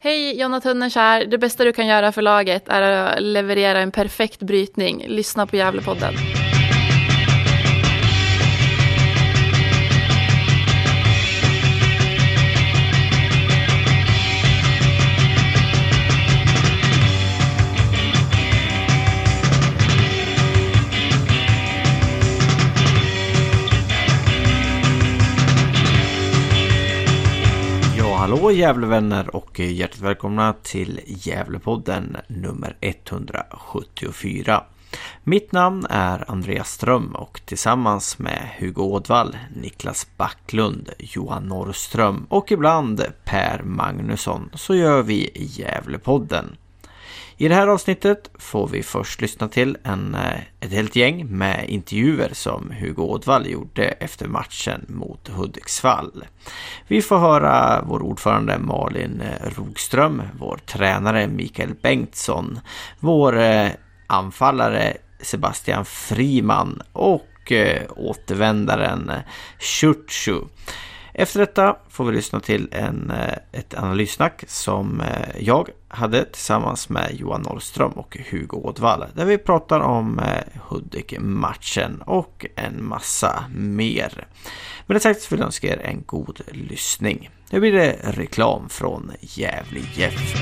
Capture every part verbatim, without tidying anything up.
Hej, Jonna Tunners här. Det bästa du kan göra för laget är att leverera en perfekt brytning. Lyssna på Gävlepodden. Hallå Gävlevänner och hjärtligt välkomna till Gävlepodden nummer etthundrasjuttiofyra. Mitt namn är Andreas Ström och tillsammans med Hugo Ådvall, Niklas Backlund, Johan Norrström och ibland Per Magnusson så gör vi Gävlepodden. I det här avsnittet får vi först lyssna till en, ett helt gäng med intervjuer som Hugo Ådvall gjorde efter matchen mot Hudiksvall. Vi får höra vår ordförande Malin Rogström, vår tränare Mikael Bengtsson, vår anfallare Sebastian Friman och återvändaren Churchu. Efter detta får vi lyssna till en, ett analyssnack som jag hade tillsammans med Johan Norrström och Hugo Ådvall, där vi pratar om Hudik-matchen och en massa mer. Med det sagt vill jag önska er en god lyssning. Nu blir det reklam från Gävle I F.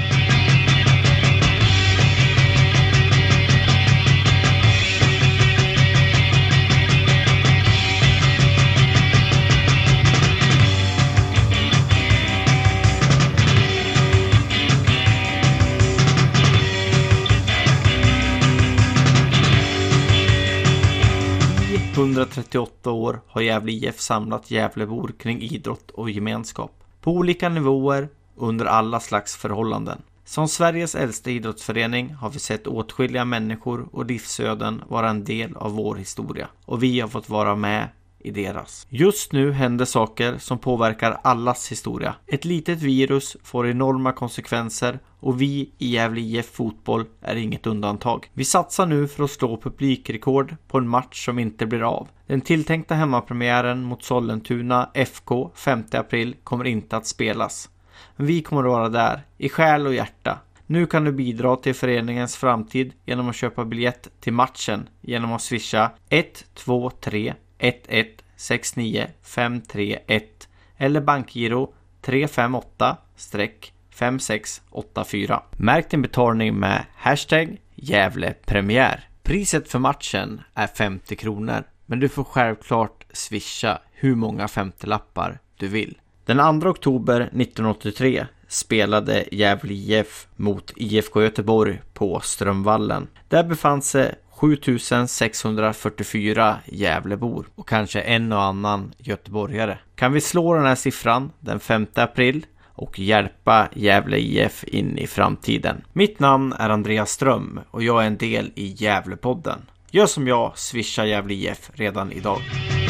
hundratrettioåtta år har Gävle I F samlat Gävlebor kring idrott och gemenskap. På olika nivåer under alla slags förhållanden. Som Sveriges äldsta idrottsförening har vi sett åtskilliga människor och livsöden vara en del av vår historia. Och vi har fått vara med i deras. Just nu händer saker som påverkar allas historia. Ett litet virus får enorma konsekvenser och vi i Gävle I F fotboll är inget undantag. Vi satsar nu för att slå publikrekord på en match som inte blir av. Den tilltänkta hemmapremiären mot Sollentuna F K femte april kommer inte att spelas. Men vi kommer att vara där, i själ och hjärta. Nu kan du bidra till föreningens framtid genom att köpa biljett till matchen genom att swisha ett två tre ett ett sex nio fem tre ett eller bankgiro tre fem åtta fem sex åtta fyra. Märk din betalning med hashtag Gävlepremiär. Priset för matchen är femtio kronor, men du får självklart swisha hur många femtiolappar du vill. Den andra oktober nittonhundraåttiotre spelade Gävle I F mot I F K Göteborg på Strömvallen. Där befann sig sju tusen sexhundrafyrtiofyra Gävlebor och kanske en och annan göteborgare. Kan vi slå den här siffran den femte april och hjälpa Gävle I F in i framtiden? Mitt namn är Andreas Ström och jag är en del i Gävlepodden. Gör som jag, swisha Gävle I F redan idag.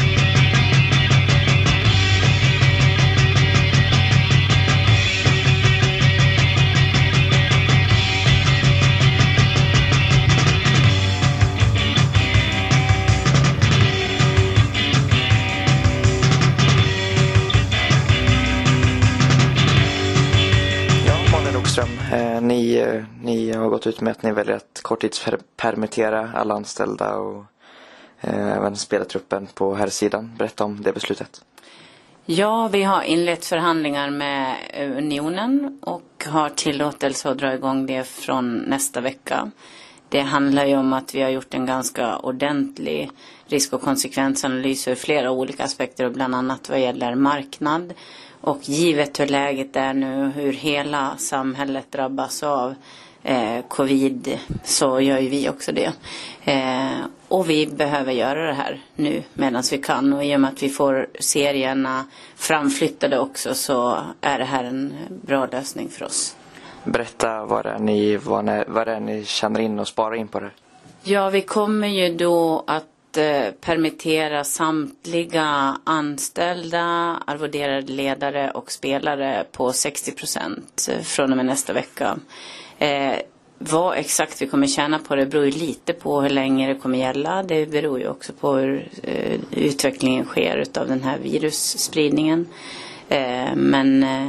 Ni, ni har gått ut med att ni väljer att korttidspermittera alla anställda och eh, även spelartruppen på här sidan. Berätta om det beslutet. Ja, vi har inlett förhandlingar med Unionen och har tillåtelse att dra igång det från nästa vecka. Det handlar ju om att vi har gjort en ganska ordentlig risk- och konsekvensanalys ur flera olika aspekter och bland annat vad gäller marknad. Och givet hur läget är nu, hur hela samhället drabbas av eh, covid, så gör ju vi också det. Eh, och vi behöver göra det här nu medan vi kan. Och i och med att vi får serierna framflyttade också så är det här en bra lösning för oss. Berätta vad det är ni, vad ni, vad det är ni känner in och sparar in på det. Ja, vi kommer ju då att permittera samtliga anställda, arvoderade ledare och spelare på sextio procent från och med nästa vecka. Eh, vad exakt vi kommer tjäna på det beror ju lite på hur länge det kommer gälla. Det beror ju också på hur eh, utvecklingen sker av den här virusspridningen. Eh, men eh,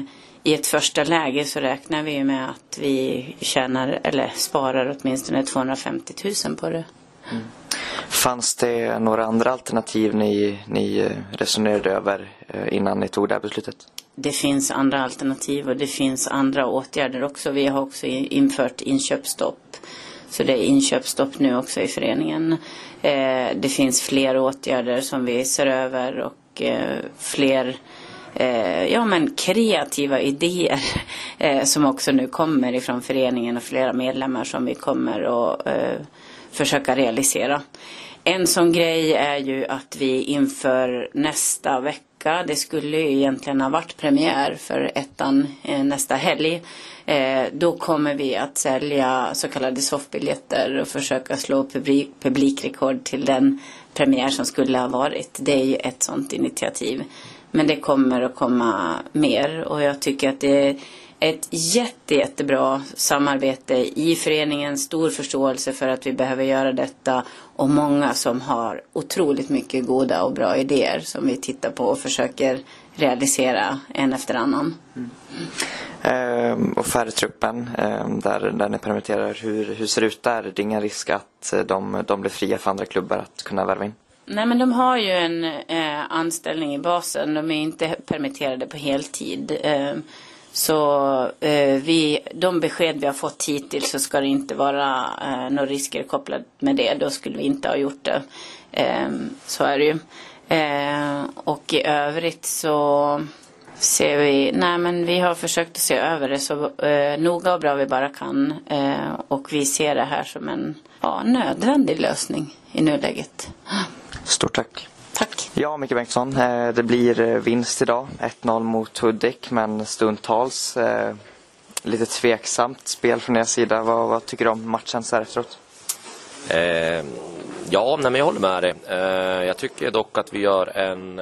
i ett första läge så räknar vi med att vi tjänar eller sparar åtminstone tvåhundrafemtio tusen på det. Mm. Fanns det några andra alternativ ni, ni resonerade över innan ni tog det här beslutet? Det finns andra alternativ och det finns andra åtgärder också. Vi har också infört inköpsstopp. Så det är inköpsstopp nu också i föreningen. Eh, det finns fler åtgärder som vi ser över och eh, fler eh, ja, men kreativa idéer eh, som också nu kommer ifrån föreningen och flera medlemmar som vi kommer att eh, försöka realisera. En sån grej är ju att vi inför nästa vecka, det skulle ju egentligen ha varit premiär för ettan eh, nästa helg. Eh, då kommer vi att sälja så kallade soffbiljetter och försöka slå publik, publikrekord till den premiär som skulle ha varit. Det är ju ett sånt initiativ. Men det kommer att komma mer och jag tycker att det är ett jätte, jättebra samarbete i föreningen, stor förståelse för att vi behöver göra detta och många som har otroligt mycket goda och bra idéer som vi tittar på och försöker realisera en efter annan. Mm. Ehm, och färgtruppen ehm, där, där ni permitterar, hur, hur ser det ut där? Det är ingen risk att de, de blir fria för andra klubbar att kunna värva in? Nej, men de har ju en eh, anställning i basen, de är inte permitterade på heltid. Eh, Så eh, vi, de besked vi har fått hittills så ska det inte vara eh, några risker kopplat med det. Då skulle vi inte ha gjort det. Eh, så är det ju. Eh, och i övrigt så ser vi, nej men vi har försökt att se över det så eh, noga och bra vi bara kan. Eh, och vi ser det här som en ja, nödvändig lösning i nuläget. Stort tack. Tack. Ja, Micke Bengtsson, det blir vinst idag. ett noll mot Hudik, men stundtals eh, lite tveksamt spel från er sida. Vad, vad tycker du om matchen så här efteråt? Eh, ja, nej, men jag håller med dig. Eh, jag tycker dock att vi gör en,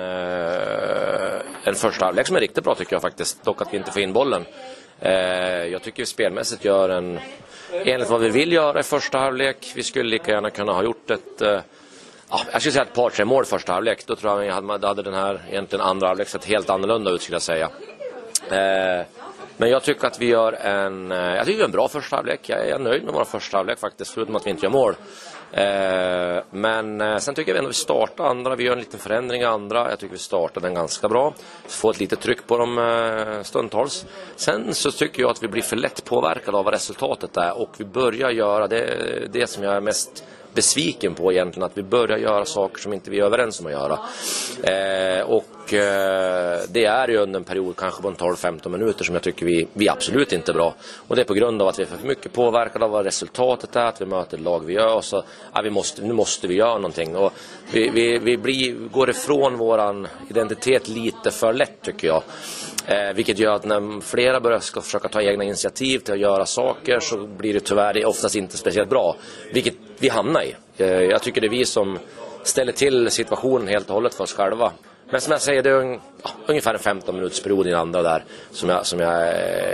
eh, en första halvlek som är riktigt bra tycker jag faktiskt. Dock att vi inte får in bollen. Eh, jag tycker vi spelmässigt gör en, enligt vad vi vill göra i första halvlek. Vi skulle lika gärna kunna ha gjort ett... Eh, Ja, jag skulle säga ett par, tre mål första halvlek. Då tror jag att hade den här egentligen andra halvlek sett helt annorlunda ut skulle jag säga. Eh, men jag tycker att vi gör en, jag tycker vi gör en bra första halvlek. Jag är nöjd med vår första halvlek faktiskt, förutom att vi inte gör mål. Eh, men eh, sen tycker jag ändå att vi startar andra. Vi gör en liten förändring i andra. Jag tycker vi startar den ganska bra. Får ett litet tryck på dem eh, stundtals. Sen så tycker jag att vi blir för lätt påverkade av vad resultatet är. Och vi börjar göra det, det som jag är mest besviken på egentligen, att vi börjar göra saker som inte vi är överens om att göra. Eh, och eh, det är ju under en period kanske på en tolv femton minuter som jag tycker vi, vi absolut inte är bra. Och det är på grund av att vi är för mycket påverkade av vad resultatet är, att vi möter ett lag vi gör och så, ja, vi måste, nu måste vi göra någonting. Och vi, vi, vi blir, går ifrån våran identitet lite för lätt tycker jag. Eh, vilket gör att när flera börjar ska försöka ta egna initiativ till att göra saker så blir det tyvärr oftast inte speciellt bra. Vilket vi hamnar i. Eh, jag tycker det är vi som ställer till situationen helt och hållet för oss själva. Men som jag säger, det är un, ja, ungefär en femton minuters period i den andra där som jag, som jag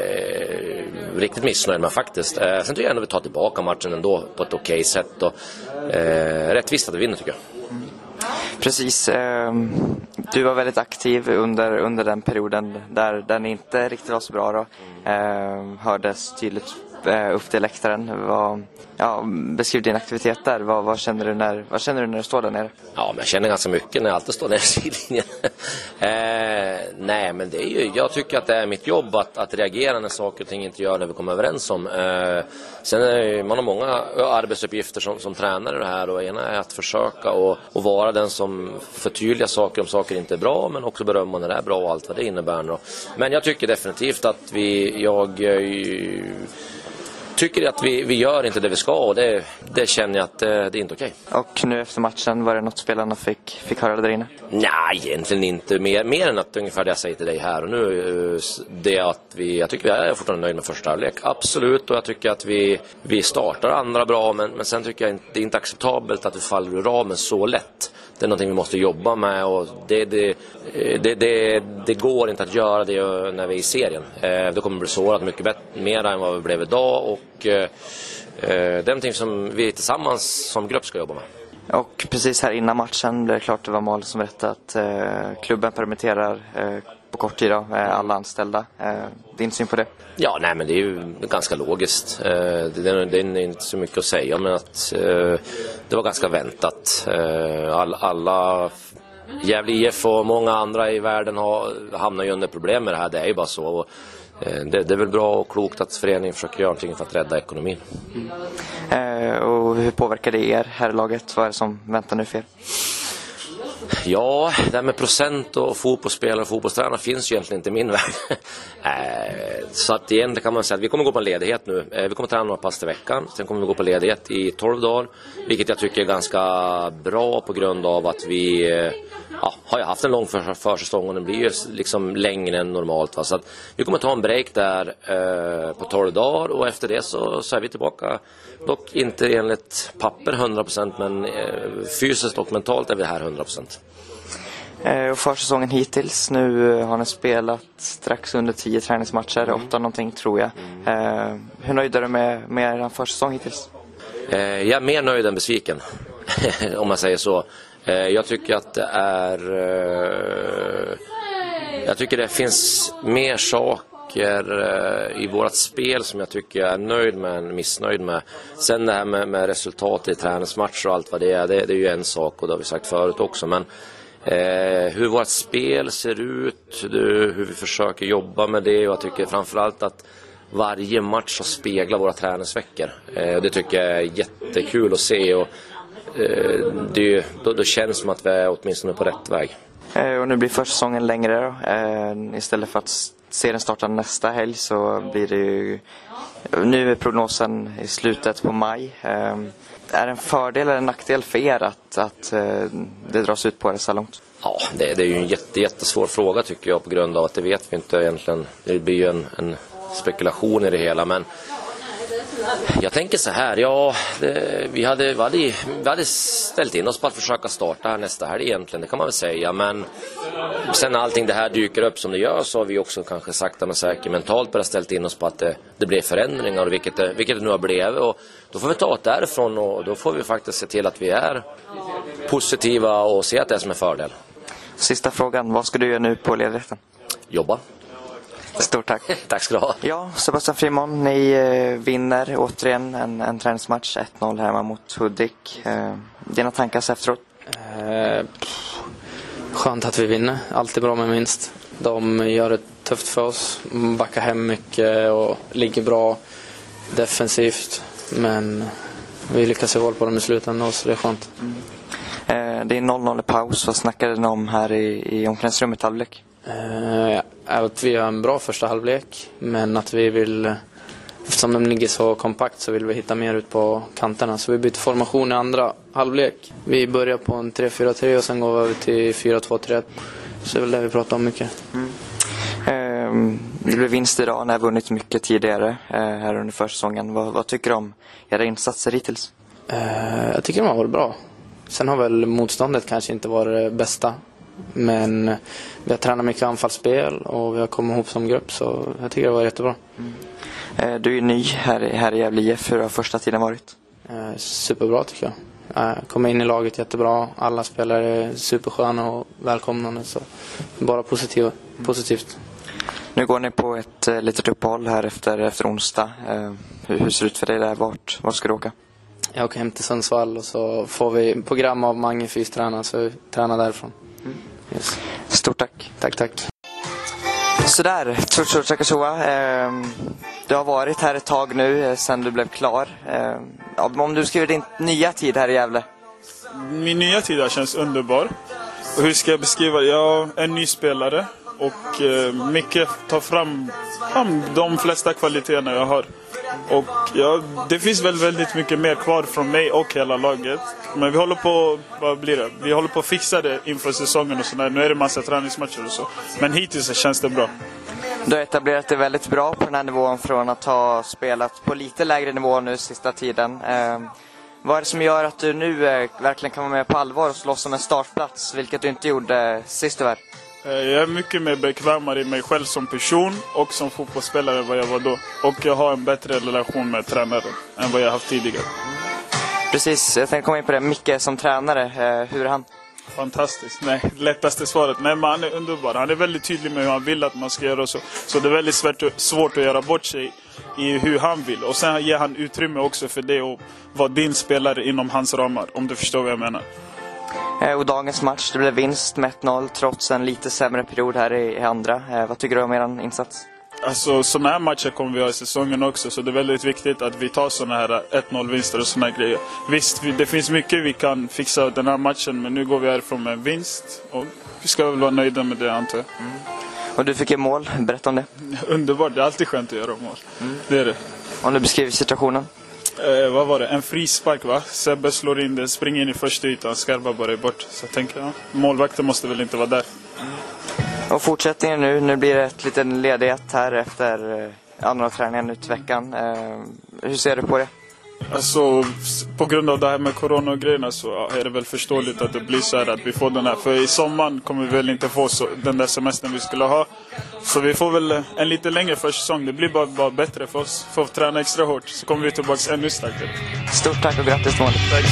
är riktigt missnöjd med faktiskt. Eh, sen tycker jag ändå vi tar tillbaka matchen ändå på ett okej sätt. Och, eh, rättvist att vi vinner tycker jag. Mm. Precis. Eh, du var väldigt aktiv under, under den perioden där den inte riktigt var så bra då. Eh, hördes tydligt eh, upp till läktaren. Vad, ja, beskriv din aktivitet där. Vad, vad, känner du när, vad känner du när du står där nere? Ja, men jag känner ganska mycket när jag alltid står där i sidlinjen. eh, nej, men det är ju, jag tycker att det är mitt jobb att, att reagera när saker och ting inte gör när vi kommer överens om. Eh, sen är det, man har många arbetsuppgifter som, som tränare det här, och ena är att försöka och, och vara den som förtydligar saker om saker inte är bra, men också berömma när det är bra och allt vad det innebär. Då. Men jag tycker definitivt att vi, jag eh, tycker att vi, vi gör inte det vi ska, och det, det känner jag att det, det är inte okej. Och nu efter matchen, var det något spelarna fick, fick höra där inne? Nej, egentligen inte. Mer, mer än att ungefär det jag säger till dig här och nu, det att vi, jag tycker vi är fortfarande nöjd med första halvlek. Absolut, och jag tycker att vi, vi startar andra bra, men, men sen tycker jag inte, det är inte acceptabelt att vi faller ur ramen så lätt. Det är någonting vi måste jobba med, och det, det, det, det, det går inte att göra det när vi är i serien. Eh, det kommer bli svårt mycket bättre, mer än vad vi blev idag, och eh, det är någonting som vi tillsammans som grupp ska jobba med. Och precis här innan matchen blev det klart, det var mål som rätt att eh, klubben permitterar. Eh, på kort tid då, alla anställda. Din syn på det? Ja, nej, men det är ju ganska logiskt. Det är, det är inte så mycket att säga, men att det var ganska väntat. All, alla Gävle I F och många andra i världen har hamnat ju under problem med det här. Det är ju bara så. Det, det är väl bra och klokt att föreningen försöker göra någonting för att rädda ekonomin. Mm. Eh, och hur påverkar det er här i laget? Vad är det som väntar nu för er? Ja, det här med procent och fotbollsspelare och fotbollstränare finns ju egentligen inte i min värld. Så att egentligen kan man säga att vi kommer gå på ledighet nu. Vi kommer träna några pass i veckan. Sen kommer vi gå på ledighet i tolv dagar. Vilket jag tycker är ganska bra på grund av att vi ja, har ju haft en lång för, försäsong och den blir ju liksom längre än normalt. Va? Så att vi kommer ta en break där eh, på tolv dagar och efter det så, så är vi tillbaka. Dock inte enligt papper hundra procent, men eh, fysiskt och mentalt är vi här hundra procent. Eh, och försäsongen hittills, nu har ni spelat strax under tio träningsmatcher, mm. åtta någonting tror jag. Eh, hur nöjd är du med, med er försäsong hittills? Eh, jag är mer nöjd än besviken, om man säger så. Eh, jag tycker att det är... Eh, jag tycker det finns mer saker eh, i vårt spel som jag tycker jag är nöjd med än missnöjd med. Sen det här med, med resultat i träningsmatcher och allt vad det är, det, det är ju en sak och det har vi sagt förut också. Men eh, hur vårt spel ser ut, det, hur vi försöker jobba med det, och jag tycker framförallt att varje match speglar våra träningsveckor. Eh, det tycker jag är jättekul att se, och eh, det, då, då känns det som att vi är åtminstone på rätt väg. Eh, och nu blir försäsongen längre då. Eh, istället för att serien startar nästa helg så blir det ju... Nu är prognosen i slutet på maj. Eh, är det en fördel eller en nackdel för er att, att eh, det dras ut på det så långt? Ja, det, det är ju en jätte, jättesvår fråga tycker jag, på grund av att det vet vi inte egentligen. Det blir ju en, en spekulation i det hela, men jag tänker så här, ja, det, vi, hade, vi, hade, vi hade ställt in oss på att försöka starta här nästa helg egentligen, det kan man väl säga, men sen när allting det här dyker upp som det gör så har vi också kanske sakta men säkert mentalt bara ställt in oss på att det, det blir förändringar, vilket det, vilket det nu har blivit, och då får vi ta det därifrån och då får vi faktiskt se till att vi är positiva och se att det är som en fördel. Sista frågan, vad ska du göra nu på ledigheten? Jobba. Stort tack. Tack ska du ha. Ja, Sebastian Frimon, ni eh, vinner återigen en, en träningsmatch, ett noll hemma mot Hudik. Eh, dina tankar efteråt? Eh, skönt att vi vinner, alltid bra med minst. De gör det tufft för oss, backar hem mycket och ligger bra defensivt. Men vi lyckas i håll på dem i slutändan, så det är skönt. Mm. Eh, det är noll noll i paus, vad snackade ni om här i, i omklädningsrummet halvlek? Uh, att vi har en bra första halvlek, men att vi vill, eftersom de ligger så kompakt, så vill vi hitta mer ut på kanterna, så vi byter formation i andra halvlek. Vi börjar på en tre fyra tre och sen går vi över till fyra två tre, så det är väl det vi pratar om mycket. Mm. uh, Det blev vinst idag, ni har vunnit mycket tidigare uh, här under försäsongen. Vad, vad tycker du om era insatser hittills? Uh, jag tycker de har varit bra. Sen har väl motståndet kanske inte varit det bästa, men vi har tränat mycket anfallsspel och vi har kommit ihop som grupp, så jag tycker det var jättebra. Mm. Du är ny här, här i Gävle I F. Hur har första tiden varit? Eh, superbra tycker jag. Eh, kommer in i laget jättebra. Alla spelare är supersköna och välkomnande, så bara positiv, positivt. Nu går ni på ett eh, litet uppehåll här efter, efter onsdag. Eh, hur, hur ser det ut för dig där? Vart, vart ska du åka? Jag åker hem till Sundsvall och så får vi program av Mange fystränare, så vi tränar därifrån. Mm. Yes. Stort tack. Tack, tack. Sådär, Tsutsur Chakasua. Eh, du har varit här ett tag nu eh, sedan du blev klar. Eh, om du skriver din nya tid här i Gävle? Min nya tid här känns underbar. Och hur ska jag beskriva det? Jag är en ny spelare och eh, mycket tar fram, fram de flesta kvaliteterna jag har. Och ja, det finns väl väldigt mycket mer kvar från mig och hela laget. Men vi håller på, vad blir det? Vi håller på att fixa det inför säsongen och sådär. Nu är det massa träningsmatcher och så. Men hittills känns det bra. Du har etablerat det väldigt bra på den här nivån från att ha spelat på lite lägre nivå nu sista tiden. Eh, vad är det som gör att du nu eh, verkligen kan vara med på allvar och slåss om en startplats, vilket du inte gjorde sist tyvärr? Jag är mycket mer bekvämare i mig själv som person och som fotbollsspelare än vad jag var då. Och jag har en bättre relation med tränaren än vad jag haft tidigare. Precis, jag tänkte komma in på det. Micke som tränare, hur är han? Fantastiskt. Nej, lättaste svaret. Nej, men han är underbar. Han är väldigt tydlig med hur han vill att man ska göra och så. Så det är väldigt svårt, svårt att göra bort sig i hur han vill. Och sen ger han utrymme också för det och vara din spelare inom hans ramar, om du förstår vad jag menar. Och dagens match, det blev vinst med ett noll trots en lite sämre period här i andra. Vad tycker du om er insats? Alltså sådana här matcher kommer vi ha i säsongen också, så det är väldigt viktigt att vi tar sådana här ett noll-vinster och sådana här grejer. Visst, det finns mycket vi kan fixa den här matchen, men nu går vi härifrån med en vinst och vi ska väl vara nöjda med det, antar jag. Mm. Och du fick ju mål, berätta om det. Underbart, det är alltid skönt att göra mål. Mm. Det är det. Om du beskriver situationen? Eh, vad var det? En frispark, va? Sebbe slår in det, springer in i första ytan, skarvar bara bort. Så jag tänker, ja, målvakten måste väl inte vara där. Mm. Och fortsättningen nu, nu blir det ett liten ledighet här efter eh, andra träningen ut i veckan. Eh, hur ser du på det? Alltså, på grund av det här med corona och grejerna så är det väl förståeligt att det blir så här att vi får den här. För i sommaren kommer vi väl inte få så, den där semestern vi skulle ha. Så vi får väl en lite längre försäsong. Det blir bara, bara bättre för oss. Får träna extra hårt så kommer vi tillbaka ännu starkare. Stort tack och grattis till målet. Tack.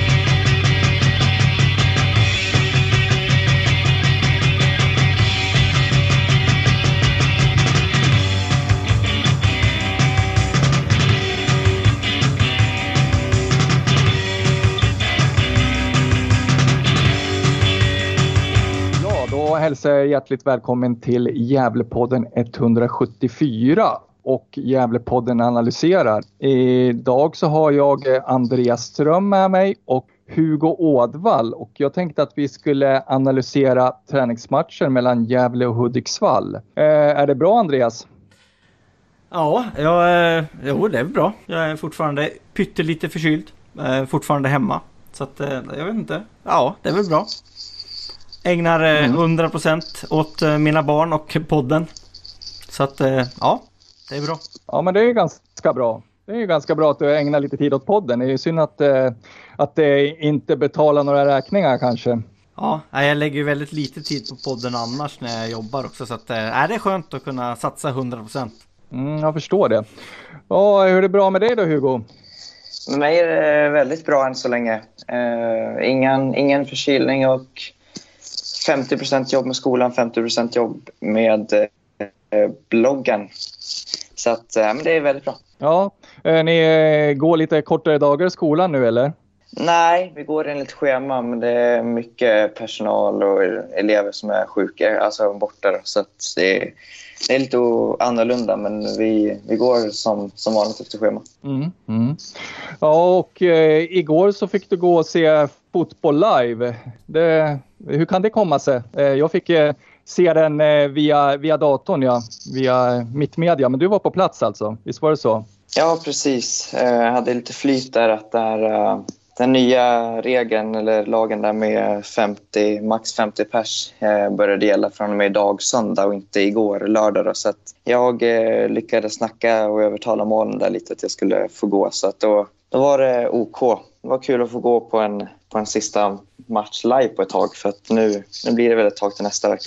Då hälsar jag hjärtligt välkommen till Gävlepodden etthundrasjuttiofyra och Gävlepodden analyserar. Idag så har jag Andreas Ström med mig och Hugo Ådvall, och jag tänkte att vi skulle analysera träningsmatchen mellan Gävle och Hudiksvall. Eh, är det bra, Andreas? Ja, jag, eh, jo, det är bra. Jag är fortfarande pyttelite förkyld. Eh, fortfarande hemma. Så att, eh, jag vet inte. Ja, det är väl bra. Ägnar eh, mm. hundra procent åt eh, mina barn och podden. Så att, eh, ja, det är bra. Ja, men det är ju ganska bra. Det är ju ganska bra att du ägnar lite tid åt podden. Det är ju synd att, eh, att det inte betalar några räkningar kanske. Ja, jag lägger ju väldigt lite tid på podden annars när jag jobbar också. Så att, eh, är det skönt att kunna satsa hundra procent. Mm, jag förstår det. Ja, hur är det bra med dig då, Hugo? Med mig är det väldigt bra än så länge. Uh, ingen, ingen förkylning och femtio procent jobb med skolan, femtio procent jobb med uh, bloggen. Så att, uh, men det är väldigt bra. Ja, uh, ni uh, går lite kortare dagar i skolan nu, eller? Nej, vi går enligt schema, men det är mycket personal och elever som är sjuka, alltså borta. Då, så att det är, det är lite annorlunda, men vi, vi går som, som vanligt efter schema. Mm, mm. Ja, och eh, igår så fick du gå och se fotboll live. Det, hur kan det komma sig? Eh, jag fick eh, se den eh, via, via datorn, ja, via Mittmedia, men du var på plats alltså, visst var det så? Ja, precis. Jag eh, hade lite flyt där att där... Uh, Den nya regeln eller lagen där med femtio, max femtio pers eh, började gälla från och med idag söndag och inte igår lördag. Då. Så att jag eh, lyckades snacka och övertala målen där lite att jag skulle få gå. Så att då, då var det OK. Det var kul att få gå på en, på en sista match live på ett tag. För att nu, nu blir det väl ett tag till nästa vecka.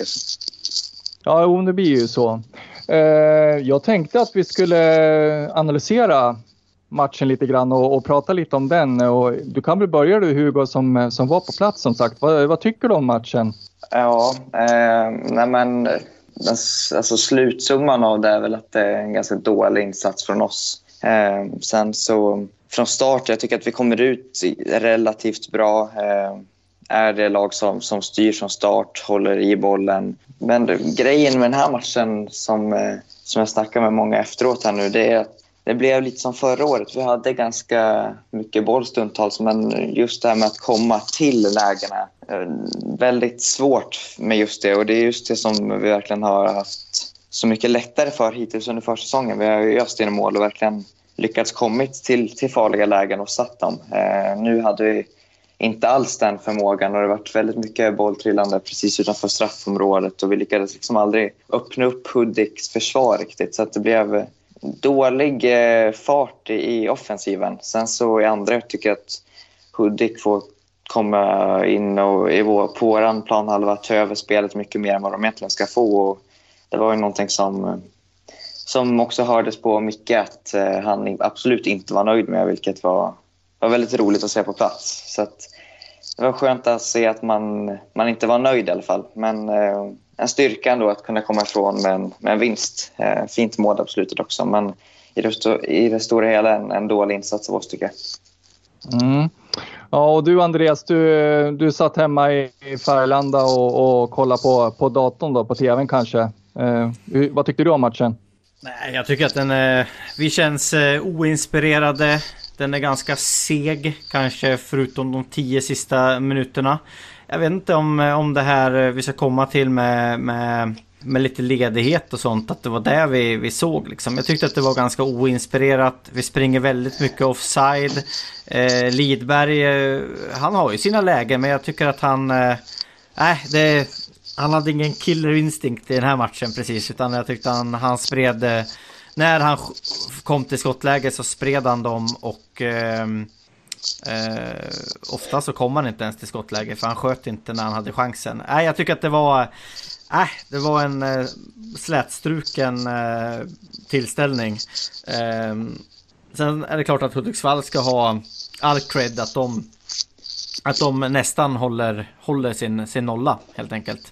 Ja, jo, det blir ju så. Eh, jag tänkte att vi skulle analysera matchen lite grann och, och prata lite om den. Och du kan väl börja, du Hugo, som, som var på plats som sagt. Vad, vad tycker du om matchen? Ja, eh, nej men alltså slutsumman av det är väl att det är en ganska dålig insats från oss. Eh, sen så från start, jag tycker att vi kommer ut relativt bra. Eh, är det lag som, som styr från start, håller i bollen. Men grejen med den här matchen som, eh, som jag snackar med många efteråt här nu, det är att det blev lite som förra året. Vi hade ganska mycket boll stundtals, men just det här med att komma till lägena. Väldigt svårt med just det. Och det är just det som vi verkligen har haft så mycket lättare för hittills under försäsongen. Vi har ju öst in mål och verkligen lyckats kommit till, till farliga lägen och satt dem. Eh, nu hade vi inte alls den förmågan och det har varit väldigt mycket bolltrillande precis utanför straffområdet. Och vi lyckades liksom aldrig öppna upp Hudiks försvar riktigt, så att det blev dålig eh, fart i offensiven. Sen så i andra tycker jag att Hudik får komma in och i vår, på våran planhalva ta över spelet mycket mer än vad de egentligen ska få. Och det var ju någonting som, som också hördes på Micke att eh, han absolut inte var nöjd med, vilket var, var väldigt roligt att se på plats. Så att det var skönt att se att man, man inte var nöjd i alla fall. Men eh, en styrka ändå att kunna komma ifrån med en, med en vinst. Eh, fint mål på slutet också, men i det, i det stora hela en, en dålig insats av oss tycker jag. Mm. Ja, och du Andreas, du, du satt hemma i Färlanda och, och kollade på, på datorn då, på tvn kanske. Eh, vad tyckte du om matchen? Nej, jag tycker att den är, vi känns eh, oinspirerade. Den är ganska seg, kanske förutom de tio sista minuterna. Jag vet inte om, om det här vi ska komma till med, med, med lite ledighet och sånt, att det var det vi, vi såg. Liksom. Jag tyckte att det var ganska oinspirerat. Vi springer väldigt mycket offside. Eh, Lidberg, eh, han har ju sina lägen, men jag tycker att han... Eh, nej, det, han hade ingen killer instinct i den här matchen precis, utan jag tyckte han, han spred... Eh, när han kom till skottläge så spred han dem och eh, eh, ofta så kom han inte ens till skottläge för han sköt inte när han hade chansen. Nej, jag tycker att det var äh, det var en eh, slätstruken eh, tillställning. Eh, sen är det klart att Hudiksvall ska ha all cred att de att de nästan håller håller sin sin nolla helt enkelt.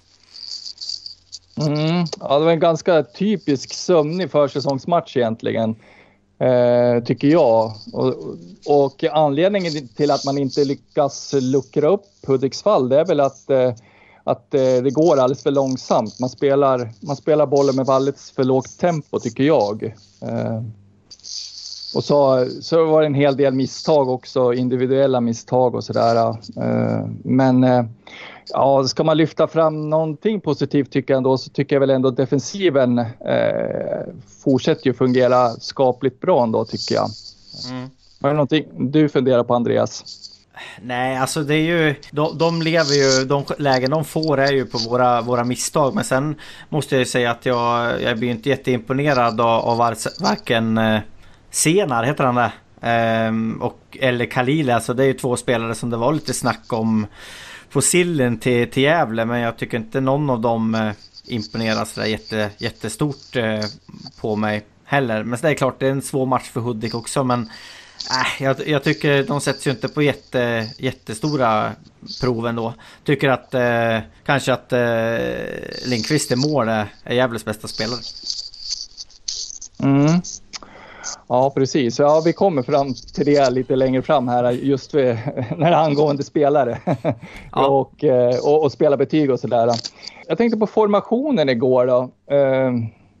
Mm. Ja, det var en ganska typisk sömnig försäsongsmatch egentligen, eh, tycker jag. Och, och anledningen till att man inte lyckas luckra upp Hudiksvall, det är väl att, eh, att eh, det går alldeles för långsamt. Man spelar, man spelar bollen med alldeles för lågt tempo tycker jag. Eh, och så, så var det en hel del misstag också, individuella misstag och sådär. Eh, men... Eh, Ja, ska man lyfta fram någonting positivt tycker jag ändå, så tycker jag väl ändå att defensiven eh, fortsätter ju fungera skapligt bra ändå tycker jag. Mm. Var det någonting du funderar på, Andreas? Nej, alltså det är ju de, de lever ju, de lägen de får är ju på våra, våra misstag, men sen måste jag ju säga att jag, jag blir inte jätteimponerad av, av varken eh, Senar, heter han det, eh, och, eller Khalil. Alltså det är ju två spelare som det var lite snack om på sillen till, till Gävle, men jag tycker inte någon av dem eh, imponerar så där jätte, jättestort eh, på mig heller. Men det är klart, det är en svår match för Hudik också, men äh, jag, jag tycker de sätts ju inte på jätte, jättestora proven då. Tycker att eh, kanske att eh, Lindqvist är mål är Gävles bästa spelare. Mm. Ja, precis. Ja, vi kommer fram till det lite längre fram här, just vid, när det angående spelare ja. och, och, och spelarbetyg och sådär. Jag tänkte på formationen igår då. Uh,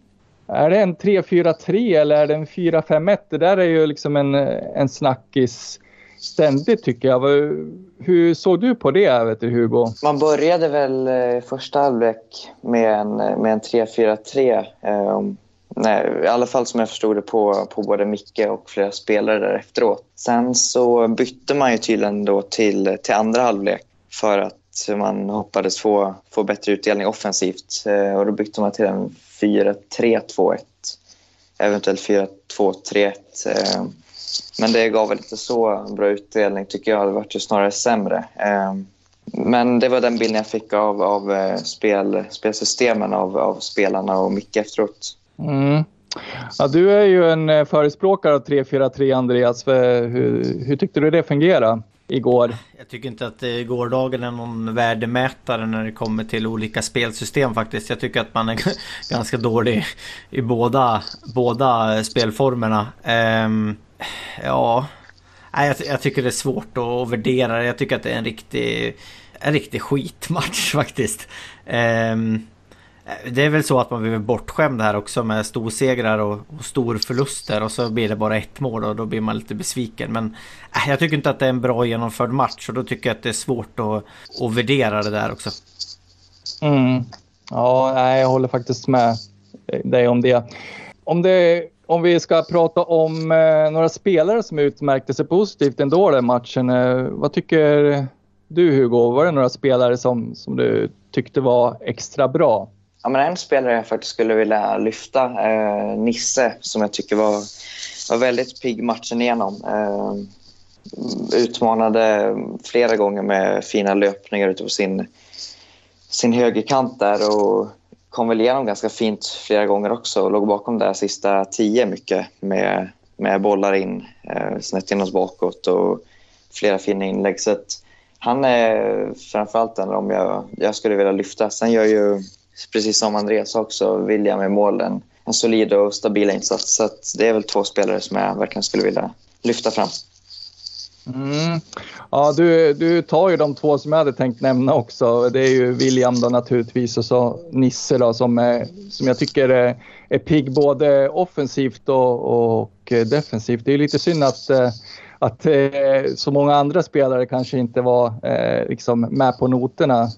är det en tre fyra tre eller är det en fyra fem ett? Det där är ju liksom en, en snackis ständigt tycker jag. Hur såg du på det, vet du, Hugo? Man började väl första halvlek med en, med en tre fyra tre. Um... Nej, i alla fall som jag förstod det på, på både Micke och flera spelare där efteråt. Sen så bytte man ju tydligen då till, till andra halvlek för att man hoppades få, få bättre utdelning offensivt. Eh, och då bytte man till en fyra tre två ett, eventuellt fyra två tre ett. Eh, men det gav väl inte så bra utdelning tycker jag, det var ju snarare sämre. Eh, men det var den bilden jag fick av, av spel, spelsystemen av, av spelarna och Micke efteråt. Mm. Ja, du är ju en förespråkare av tre fyra tre, Andreas. Hur, hur tyckte du det fungerade igår? Jag tycker inte att gårdagen är någon värdemätare när det kommer till olika spelsystem faktiskt. Jag tycker att man är ganska dålig i båda, båda spelformerna. Um, ja, jag, jag tycker det är svårt att värdera. Jag tycker att det är en riktig, en riktig skitmatch faktiskt. Um, Det är väl så att man blir bortskämd här också med storsegrar och, och stor förluster och så blir det bara ett mål och då blir man lite besviken. Men äh, jag tycker inte att det är en bra genomförd match och då tycker jag att det är svårt att, att värdera det där också. Mm. Ja, nej, jag håller faktiskt med dig om det. Om, det, om vi ska prata om eh, några spelare som utmärkte sig positivt ändå den matchen. Eh, vad tycker du, Hugo? Var det några spelare som, som du tyckte var extra bra? Ja, men en spelare jag faktiskt skulle vilja lyfta, eh, Nisse, som jag tycker var, var väldigt pigg matchen igenom. Eh, utmanade flera gånger med fina löpningar ute på sin, sin högerkant där och kom väl igenom ganska fint flera gånger också och låg bakom där sista tio mycket med, med bollar in, eh, snett inåt bakåt och flera fina inlägg. Så att han är framförallt den om jag, jag skulle vilja lyfta. Sen gör ju, precis som Andreas också, William i mål en, en solid och stabil insats. Så att det är väl två spelare som jag verkligen skulle vilja lyfta fram. Mm. Ja, du, du tar ju de två som jag hade tänkt nämna också. Det är ju William då naturligtvis och så Nisse då, som, är, som jag tycker är, är pigg både offensivt och, och defensivt. Det är lite synd att, att så många andra spelare kanske inte var liksom med på noterna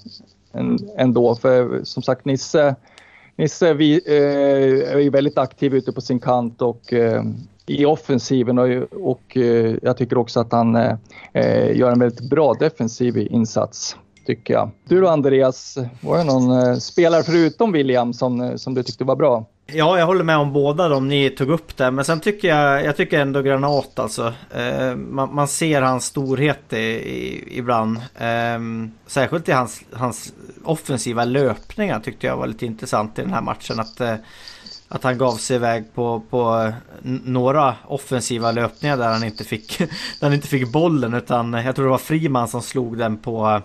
ändå. För som sagt, Nisse, Nisse vi, är ju väldigt aktiv ute på sin kant och i offensiven och, och eh, jag tycker också att han eh, gör en väldigt bra defensiv insats, tycker jag. Du då, Andreas, var det någon eh, spelare förutom William som, som du tyckte var bra? Ja, jag håller med om båda de ni tog upp där, men sen tycker jag, jag tycker ändå Granat alltså. Eh, man, man ser hans storhet i, i, ibland. Eh, särskilt i hans, hans offensiva löpningar tyckte jag var lite intressant i den här matchen. Att eh, Att han gav sig iväg på, på några offensiva löpningar där han inte fick, där han inte fick bollen, utan jag tror det var Friman som slog den på,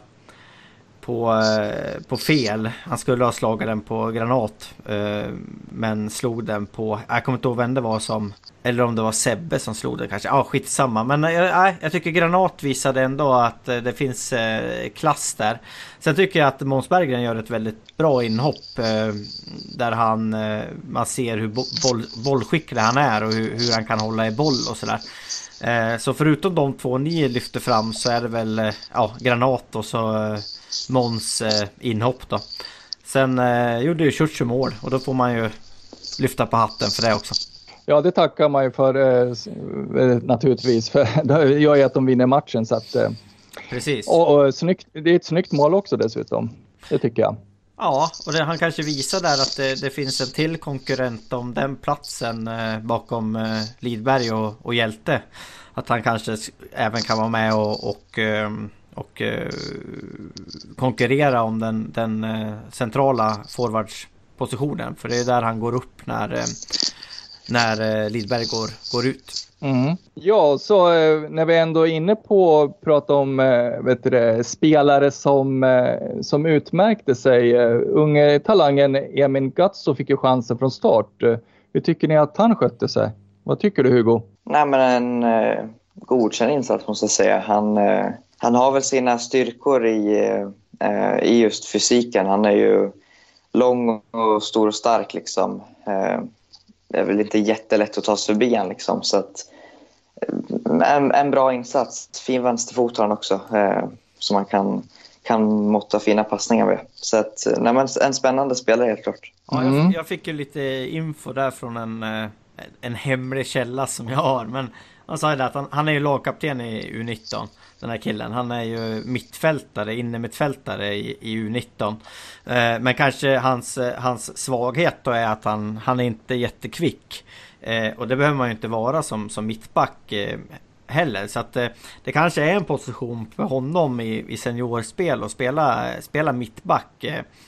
på, på fel. Han skulle ha slagit den på Granat, men slog den på, jag kommer inte ihåg vem det var som, eller om det var Sebbe som slog den kanske. Ja, skitsamma. Men nej, jag tycker Granat visade ändå att det finns eh, klass där. Sen tycker jag att Måns Berggren gör ett väldigt bra inhopp eh, där han, eh, man ser hur boll, bollskicklig han är och hur, hur han kan hålla i boll och sådär. Eh, så förutom de två ni lyfter fram så är det väl eh, ja, Granat och så eh, Måns eh, inhopp då. Sen eh, gjorde ju Tjurtjö mål och då får man ju lyfta på hatten för det också. Ja, det tackar man ju för eh, naturligtvis, för det gör ju att de vinner matchen. Så att, eh, Precis. Och, och snyggt, det är ett snyggt mål också dessutom, det tycker jag. Ja, och det, han kanske visar där att det, det finns en till konkurrent om den platsen eh, bakom eh, Lidberg och, och Hjälte. Att han kanske även kan vara med och, och, eh, och eh, konkurrera om den, den eh, centrala forwardspositionen. För det är där han går upp när... Eh, när Lidberg går, går ut. Mm. Ja, så när vi ändå är inne på att prata om vet du, spelare som, som utmärkte sig. Unge talangen Emin Gatso fick ju chansen från start. Hur tycker ni att han skötte sig? Vad tycker du, Hugo? Nej, men en eh, godkänd insats måste jag säga. Han, eh, han har väl sina styrkor i, eh, i just fysiken. Han är ju lång och stor och stark liksom. Eh, Det är väl inte jättelätt att ta sig förbi han liksom. Så att, en, en bra insats. Fin vänsterfot har han också. Eh, som man kan, kan måtta fina passningar med. Så att, nej, men en spännande spelare helt klart. Ja, jag, jag fick ju lite info där från en, en hemlig källa som jag har. Men han sa ju att han, han är ju lagkapten i U nitton. Den här killen. Han är ju mittfältare, inne mittfältare i, i U nitton. Eh, men kanske hans, hans svaghet då är att han, han är inte jättekvick. Eh, och det behöver man ju inte vara som, som mittback eh, heller. Så att eh, det kanske är en position för honom i, i seniorspel och spela, spela mittback.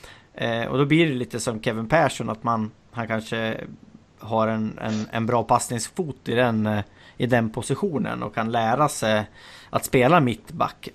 Eh, och då blir det lite som Kevin Persson, att man, han kanske har en, en, en bra passningsfot i den, i den positionen och kan lära sig att spela mittback.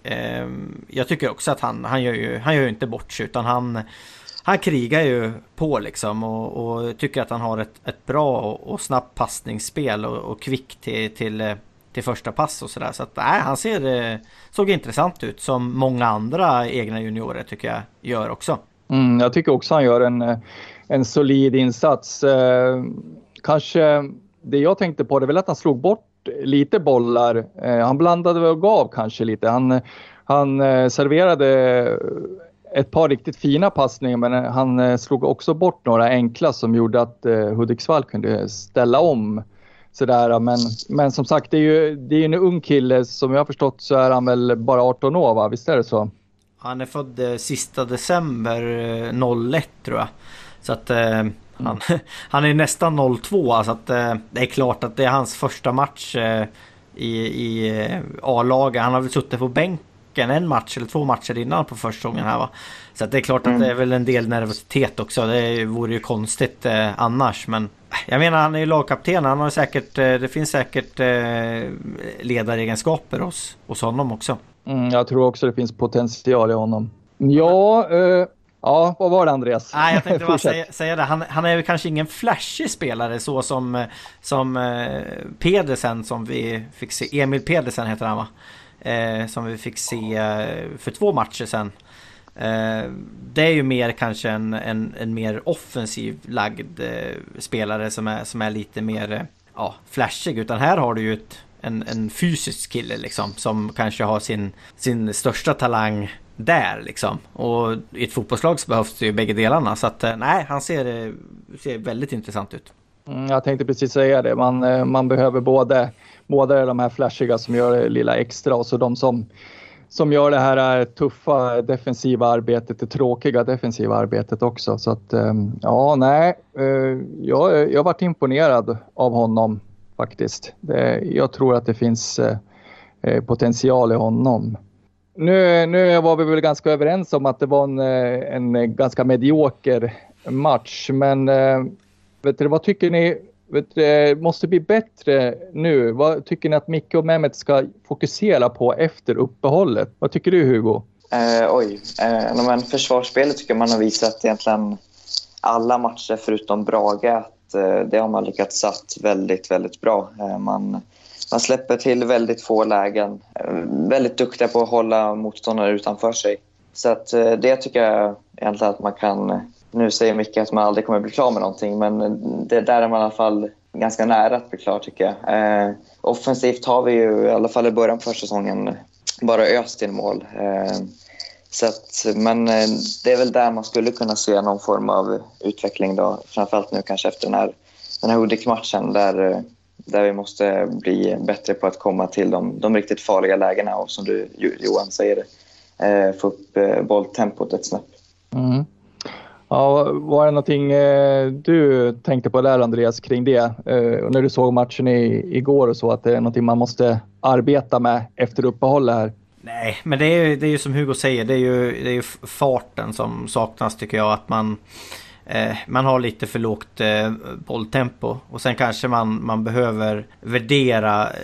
Jag tycker också att han, han gör ju han gör ju inte bort sig, utan han, han krigar ju på liksom och, och tycker att han har ett, ett bra och, och snabbt passningsspel och, och kvick till, till, till första pass och sådär. Så att nej, han ser, såg intressant ut, som många andra egna juniorer tycker jag gör också. Mm, jag tycker också han gör en, en solid insats. Eh, kanske det jag tänkte på, det är väl att han slog bort lite bollar. Eh, han blandade väl och gav kanske lite. Han, han eh, serverade ett par riktigt fina passningar, men han eh, slog också bort några enkla som gjorde att eh, Hudiksvall kunde ställa om. Sådär. Men, men som sagt, det är ju det är en ung kille. Som jag har förstått så är han väl bara arton år, va? Visst är det så? Han är född eh, sista december eh, noll ett tror jag. Så att eh, han, han är nästan noll två. Så att eh, det är klart att det är hans första match eh, i, i eh, A-laget. Han har väl suttit på bänken en match eller två matcher innan på första gången här, va? Så att det är klart att det är väl en del nervositet också. Det vore ju konstigt eh, annars. Men jag menar, han är ju lagkapten. Han har säkert, eh, det finns säkert eh, ledaregenskaper hos, hos honom också. Mm, jag tror också det finns potential i honom. Ja, eh, ja vad var det Andreas? Nej, jag tänkte bara säga, säga det. Han, han är ju kanske ingen flashig spelare så som, som eh, Pedersen som vi fick se. Emil Pedersen heter han va? Eh, som vi fick se eh, för två matcher sedan. Eh, det är ju mer kanske en, en, en mer offensiv lagd eh, spelare som är, som är lite mer eh, ja, flashig. Utan här har du ju ett, en, en fysisk kille liksom, som kanske har sin, sin största talang där liksom. Och i ett fotbollslag så behövs det ju bägge delarna. Så att nej, han ser, ser väldigt intressant ut. Mm, jag tänkte precis säga det. Man, man behöver både, både de här flashiga som gör det lilla extra och så de som, som gör det här tuffa defensiva arbetet, det tråkiga defensiva arbetet också. Så att ja, nej. Jag, jag har varit imponerad av honom faktiskt. Det, jag tror att det finns potential i honom. Nu, nu var vi väl ganska överens om att det var en, en ganska medioker match. Men vet du, vad tycker ni vet du, måste bli bättre nu? Vad tycker ni att Micke och Mehmet ska fokusera på efter uppehållet? Vad tycker du Hugo? Eh, oj, eh, men försvarsspelet tycker man har visat egentligen alla matcher förutom Brage att eh, det har man lyckats satt väldigt, väldigt bra. Eh, man... Man släpper till väldigt få lägen. Väldigt duktiga på att hålla motståndare utanför sig. Så att det tycker jag egentligen att man kan... Nu säger Micke att man aldrig kommer bli klar med någonting. Men det där är man i alla fall ganska nära att bli klar tycker jag. Eh, offensivt har vi ju i alla fall i början på första säsongen bara öst till mål. Eh, så att, men det är väl där man skulle kunna se någon form av utveckling då. Framförallt nu kanske efter den här, den här Hudik-matchen där... Där vi måste bli bättre på att komma till de, de riktigt farliga lägena och som du Johan säger, eh, få upp eh, bolltempot ett snäpp. Mm. Ja, var det någonting eh, du tänkte på där Andreas kring det? Eh, när du såg matchen i, igår och så att det är någonting man måste arbeta med efter uppehållet här? Nej, men det är ju, det är ju som Hugo säger, det är ju, det är ju farten som saknas tycker jag, att man Eh, man har lite för lågt eh, bolltempo och sen kanske man, man behöver värdera eh,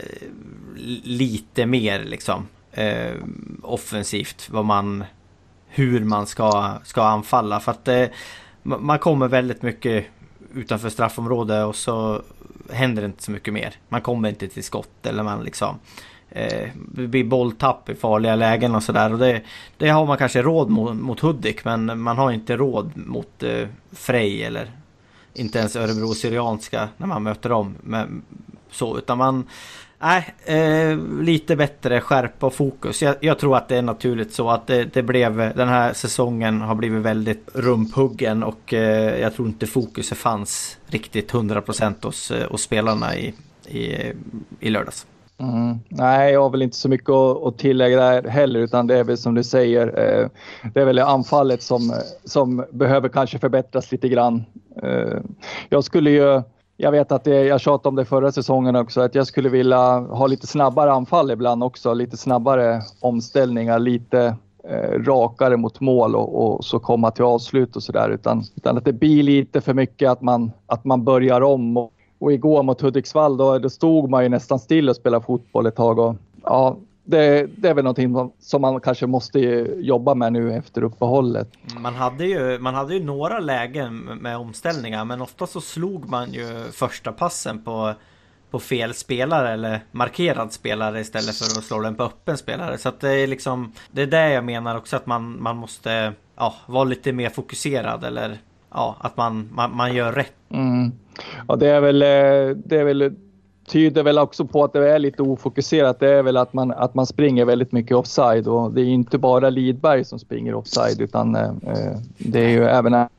lite mer liksom eh, offensivt vad man, hur man ska, ska anfalla för att eh, man kommer väldigt mycket utanför straffområdet och så händer det inte så mycket mer. Man kommer inte till skott eller man liksom Eh, det blir bolltapp i farliga lägen och sådär och det, det har man kanske råd mot, mot Hudik men man har inte råd mot eh, Frej eller inte ens Örebro Syrianska när man möter dem men, så, utan man nej, eh, lite bättre skärpa och fokus. Jag, jag tror att det är naturligt så att det, det blev, den här säsongen har blivit väldigt rumphuggen och eh, jag tror inte fokuset fanns riktigt hundra procent hos, hos spelarna i, i, i lördags. Mm. Nej, jag har väl inte så mycket att, att tillägga där heller utan det är väl som du säger eh, det är väl anfallet som, som behöver kanske förbättras lite grann. Eh, jag skulle ju, jag vet att det, jag tjatade om det förra säsongen också, att jag skulle vilja ha lite snabbare anfall ibland också, lite snabbare omställningar, lite eh, rakare mot mål och, och så komma till avslut och sådär, utan, utan att det blir lite för mycket att man, att man börjar om och Och igår mot Hudiksvall då, då stod man ju nästan still och spelade fotboll ett tag. Och, ja, det, det är väl någonting som man kanske måste jobba med nu efter uppehållet. Man hade ju, man hade ju några lägen med omställningar men ofta så slog man ju första passen på, på fel spelare eller markerad spelare istället för att slå den på öppen spelare. Så att det är liksom, det är det jag menar också att man, man måste ja, vara lite mer fokuserad eller ja, att man, man, man gör rätt. Mm. Ja, det är väl, det är väl tyder väl också på att det är lite ofokuserat. Det är väl att man, att man springer väldigt mycket offside och det är inte bara Lidberg som springer offside utan eh, det är ju även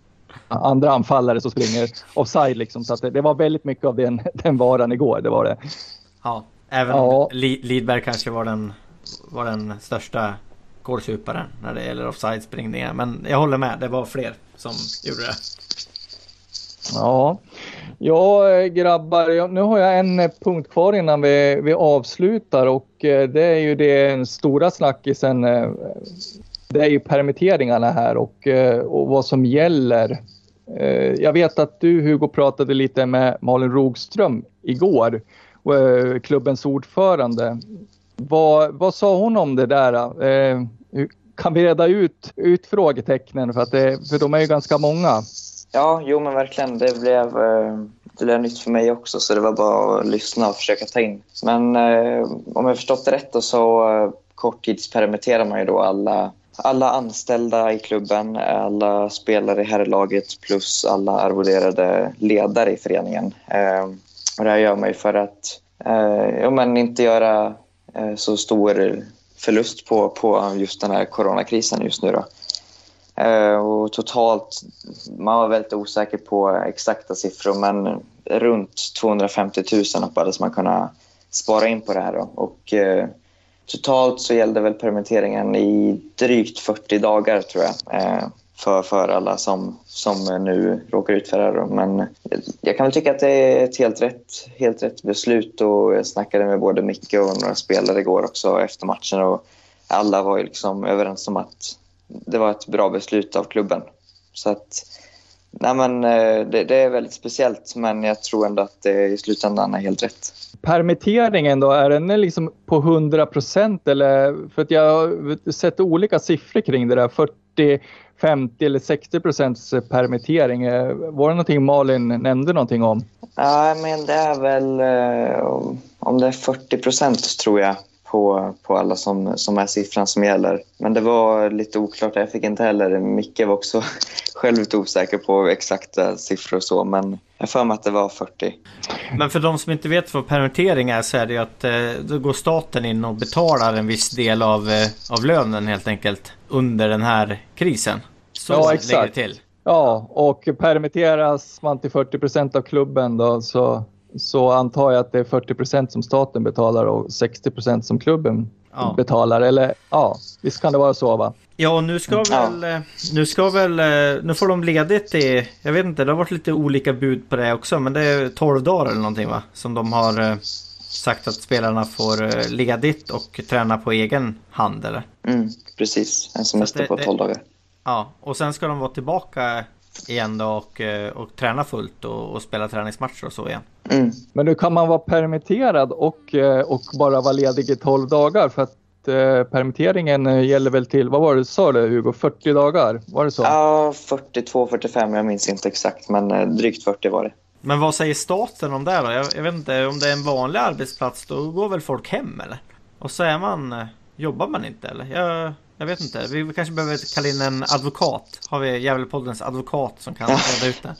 andra anfallare som springer offside liksom. Så att det, det var väldigt mycket av den, den varan igår, det var det. Ja, även ja. om Lidberg kanske var den, var den största kålsuparen när det gäller offside-springningar. Men jag håller med, det var fler som gjorde det. Ja, ja grabbar, nu har jag en punkt kvar innan vi, vi avslutar och det är ju den stora snackisen. Det är ju permitteringarna här och, och vad som gäller. Jag vet att du Hugo pratade lite med Malin Rogström igår, klubbens ordförande. Vad, vad sa hon om det där? Eh, kan vi reda ut, ut frågetecknen? För, att det, för de är ju ganska många. Ja, jo men verkligen. Det blev, det blev nytt för mig också, så det var bara att lyssna och försöka ta in. Men eh, om jag förstått det rätt då, så eh, korttidspermitterar man ju då alla, alla anställda i klubben, alla spelare i herrlaget plus alla arvoderade ledare i föreningen. Eh, och det här gör man ju för att eh, ja, men inte göra eh, så stor förlust på, på just den här coronakrisen just nu då. Och totalt, man var väldigt osäker på exakta siffror, men runt tvåhundrafemtio tusen hoppades man kunna spara in på det här då. Och eh, totalt så gällde väl permitteringen i drygt fyrtio dagar tror jag, eh, för, för alla som, som nu råkar ut för det här då. Men jag kan väl tycka att det är ett helt rätt, helt rätt beslut, och jag snackade med både Micke och några spelare igår också efter matchen, och alla var ju liksom överens om att det var ett bra beslut av klubben. Så att, nej men, det, det är väldigt speciellt, men jag tror ändå att det i slutändan är helt rätt. Permitteringen då, är den liksom på hundra procent? Eller, för att jag har sett olika siffror kring det där, fyrtio, femtio eller sextio procents permittering. Var det någonting Malin nämnde någonting om? Ja, men det är väl, om det är fyrtio procent tror jag. På, på alla som, som är siffran som gäller. Men det var lite oklart. Jag fick inte heller. Micke var också själv lite osäker på exakta siffror och så. Men jag får mig att det var fyrtio. Men för de som inte vet vad permittering är, så är det ju att eh, då går staten in och betalar en viss del av, eh, av lönen helt enkelt under den här krisen. Så ja, exakt. Till. Ja, och permitteras man till fyrtio procent av klubben då, så... Så antar jag att det är fyrtio procent som staten betalar och sextio procent som klubben ja. betalar. Eller ja, visst kan det vara så va? Ja, och nu ska väl, ja. nu ska väl, nu får de ledigt i, jag vet inte, det har varit lite olika bud på det också. Men det är tolv dagar eller någonting va? Som de har sagt att spelarna får ledigt och träna på egen hand eller? Mm, precis, en semester på tolv dagar. Ja, och sen ska de vara tillbaka igen då och, och träna fullt och, och spela träningsmatcher och så igen. Mm. Men nu kan man vara permitterad och, och bara vara ledig i tolv dagar, för att eh, permitteringen gäller väl till, vad var det sa du Hugo, fyrtio dagar, var det så? Ja, fyrtiotvå fyrtiofem, jag minns inte exakt, men eh, drygt fyrtio var det. Men vad säger staten om det då? Jag, jag vet inte, om det är en vanlig arbetsplats då går väl folk hem eller? Och så är man, jobbar man inte eller? Jag... Jag vet inte, vi kanske behöver kalla in en advokat. Har vi Gävlepoddens advokat som kan reda ut det?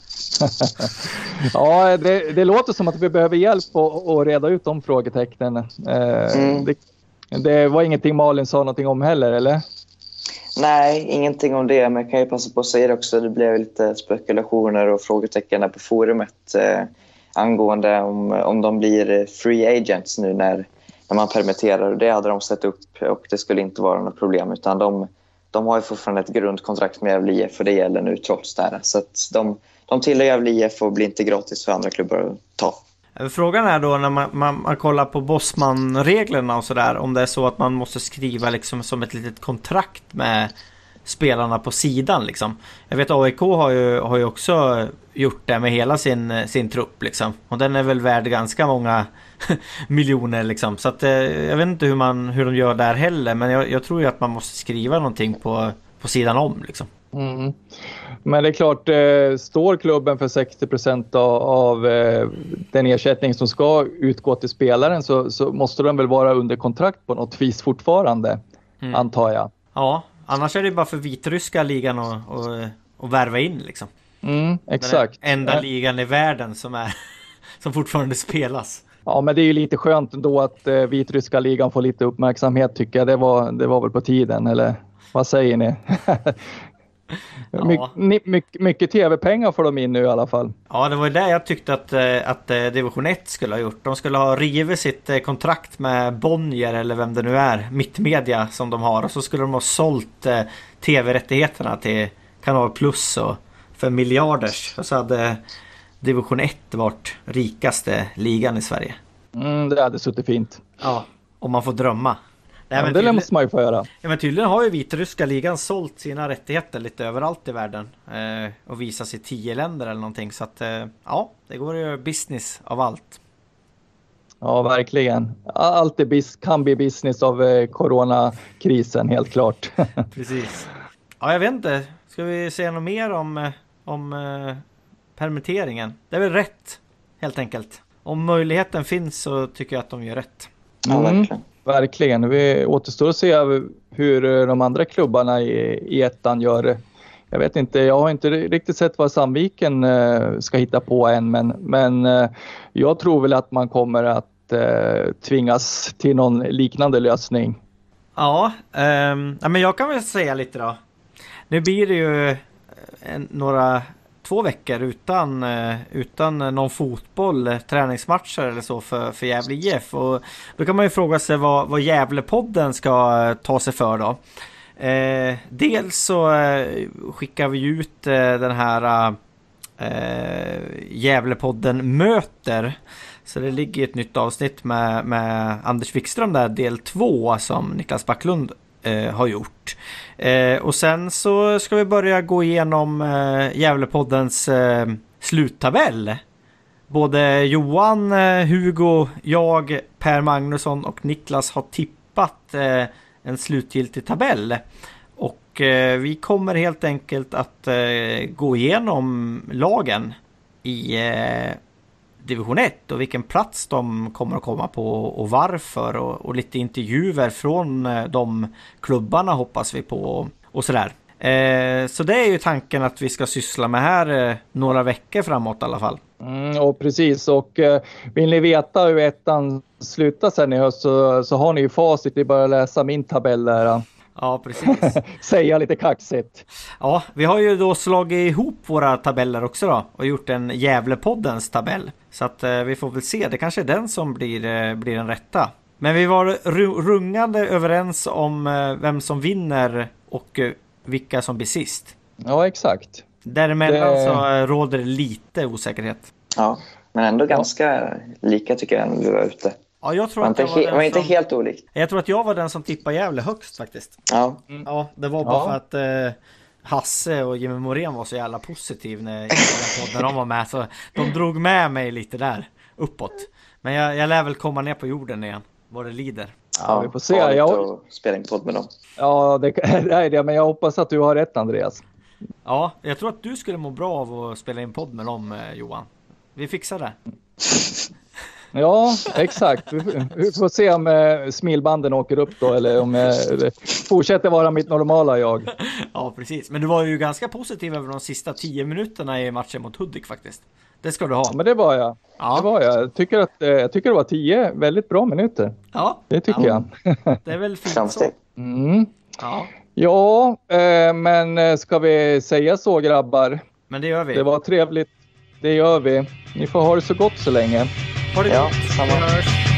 Ja, det, det låter som att vi behöver hjälp att, att reda ut de frågetecknen. Eh, mm. det, det var ingenting Malin sa någonting om heller, eller? Nej, ingenting om det. Men jag kan ju passa på att säga det också. Det blev lite spekulationer och frågetecken där på forumet eh, angående om, om de blir free agents nu när... när man permitterar. Det hade de sett upp och det skulle inte vara något problem, utan de, de har ju fortfarande ett grundkontrakt med Gävle I F och det gäller nu trots det här. Så att de, de tillhör Gävle I F och blir inte gratis för andra klubbar att ta. Frågan är då när man, man, man kollar på Bosman-reglerna och sådär, om det är så att man måste skriva liksom som ett litet kontrakt med spelarna på sidan liksom. Jag vet A I K har ju, har ju också gjort det med hela sin, sin trupp liksom. Och den är väl värd ganska många miljoner liksom. Så att, eh, jag vet inte hur, man, hur de gör där heller. Men jag, jag tror ju att man måste skriva någonting på, på sidan om liksom. Mm. Men det är klart, eh, står klubben för sextio procent av, av eh, den ersättning som ska utgå till spelaren, så, så måste de väl vara under kontrakt på något vis fortfarande, mm. antar jag. Ja, annars är det bara för vitryska ligan att och, och värva in liksom. Mm, exakt. Den enda ligan i världen som, är, som fortfarande spelas. Ja, men det är ju lite skönt ändå att eh, vitryska ligan får lite uppmärksamhet tycker jag. Det var, det var väl på tiden, eller vad säger ni? Ja. My, my, mycket tv-pengar får de in nu i alla fall. Ja, det var ju det jag tyckte att, att Division ett skulle ha gjort. De skulle ha rivit sitt kontrakt med Bonnier eller vem det nu är, Mittmedia som de har. Och så skulle de ha sålt tv-rättigheterna till Kanal Plus och för miljarders. Och så hade Division ett varit rikaste ligan i Sverige. Mm, det hade suttit fint. Ja, om man får drömma. Nej, men ja, det måste man ju få göra. Ja, men tydligen har ju vitryska ligan sålt sina rättigheter lite överallt i världen eh, och visas i tio länder eller någonting. Så att eh, ja, det går ju business av allt. Ja, verkligen. Allt är bis- kan bli business av eh, coronakrisen, helt klart. Precis. Ja, jag vet inte. Ska vi säga något mer om, om eh, permitteringen? Det är väl rätt, helt enkelt. Om möjligheten finns så tycker jag att de gör rätt. Mm, ja, verkligen. Verkligen. Vi återstår att se hur de andra klubbarna i, i ettan gör. Jag vet inte, jag har inte riktigt sett vad Sandviken eh, ska hitta på än, men, men eh, jag tror väl att man kommer att eh, tvingas till någon liknande lösning. Ja, eh, ja, men jag kan väl säga lite då. Nu blir det ju en, några två veckor utan, eh, utan någon fotboll, träningsmatcher eller så för, för Gävle I F. Och då kan man ju fråga sig vad, vad Gävlepodden ska ta sig för då. Eh, dels så eh, skickar vi ut eh, den här eh, Gävlepodden möter. Så det ligger ett nytt avsnitt med, med Anders Wikström där, del två, som Niklas Backlund eh, har gjort. Eh, och sen så ska vi börja gå igenom eh, Gävlepoddens eh, sluttabell. Både Johan, eh, Hugo, jag, Per Magnusson och Niklas har tippat eh, en slutgiltig tabell. Och eh, vi kommer helt enkelt att eh, gå igenom lagen i eh, division ett och vilken plats de kommer att komma på och varför, och, och lite intervjuer från eh, de klubbarna hoppas vi på och, och sådär. Eh, så det är ju tanken att vi ska syssla med här eh, några veckor framåt i alla fall. Mm, och precis, och eh, vill ni veta hur ettan slutar sen i höst så, så har ni ju facit, det är bara att läsa min tabell där. Ja, precis. Säga lite kaxigt. Ja, vi har ju då slagit ihop våra tabeller också då och gjort en Gävlepoddens tabell. Så att eh, vi får väl se, det kanske är den som blir, eh, blir den rätta. Men vi var ru- rungande överens om eh, vem som vinner och eh, vilka som blir sist. Ja, exakt. Däremellan det... så eh, råder det lite osäkerhet. Ja, men ändå ganska ja. lika tycker jag när vi var ute. Ja, jag tror var att inte, jag var, he- var inte som... helt olikt. Jag tror att jag var den som tippade Gävle högst faktiskt. Ja. Mm. Ja, det var bara ja. för att eh, Hasse och Jimmy Morén var så jävla positiv när, när de var med. Så de drog med mig lite där uppåt. Men jag, jag lär väl komma ner på jorden igen, vad det lider. Ja, ja vi får se. Jag spela en podd med dem. Ja, det, det är det. Men jag hoppas att du har rätt, Andreas. Ja, jag tror att du skulle må bra av att spela in podd med dem, Johan. Vi fixar det. Ja, exakt. Vi får se om eh, smilbanden åker upp då, eller om eh, fortsätter vara mitt normala jag. Ja, precis. Men du var ju ganska positiv över de sista tio minuterna i matchen mot Hudik faktiskt. Det ska du ha. Ja, men det var jag. Ja. Det var jag. Jag tycker, att, eh, jag tycker det var tio väldigt bra minuter. Ja. Det tycker ja. jag. Det är väl fint så. Mm. Ja, ja eh, men ska vi säga så, grabbar? Men det gör vi. Det var trevligt. Det gör vi. Ni får ha det så gott så länge. Ha det ja, gott. Samma.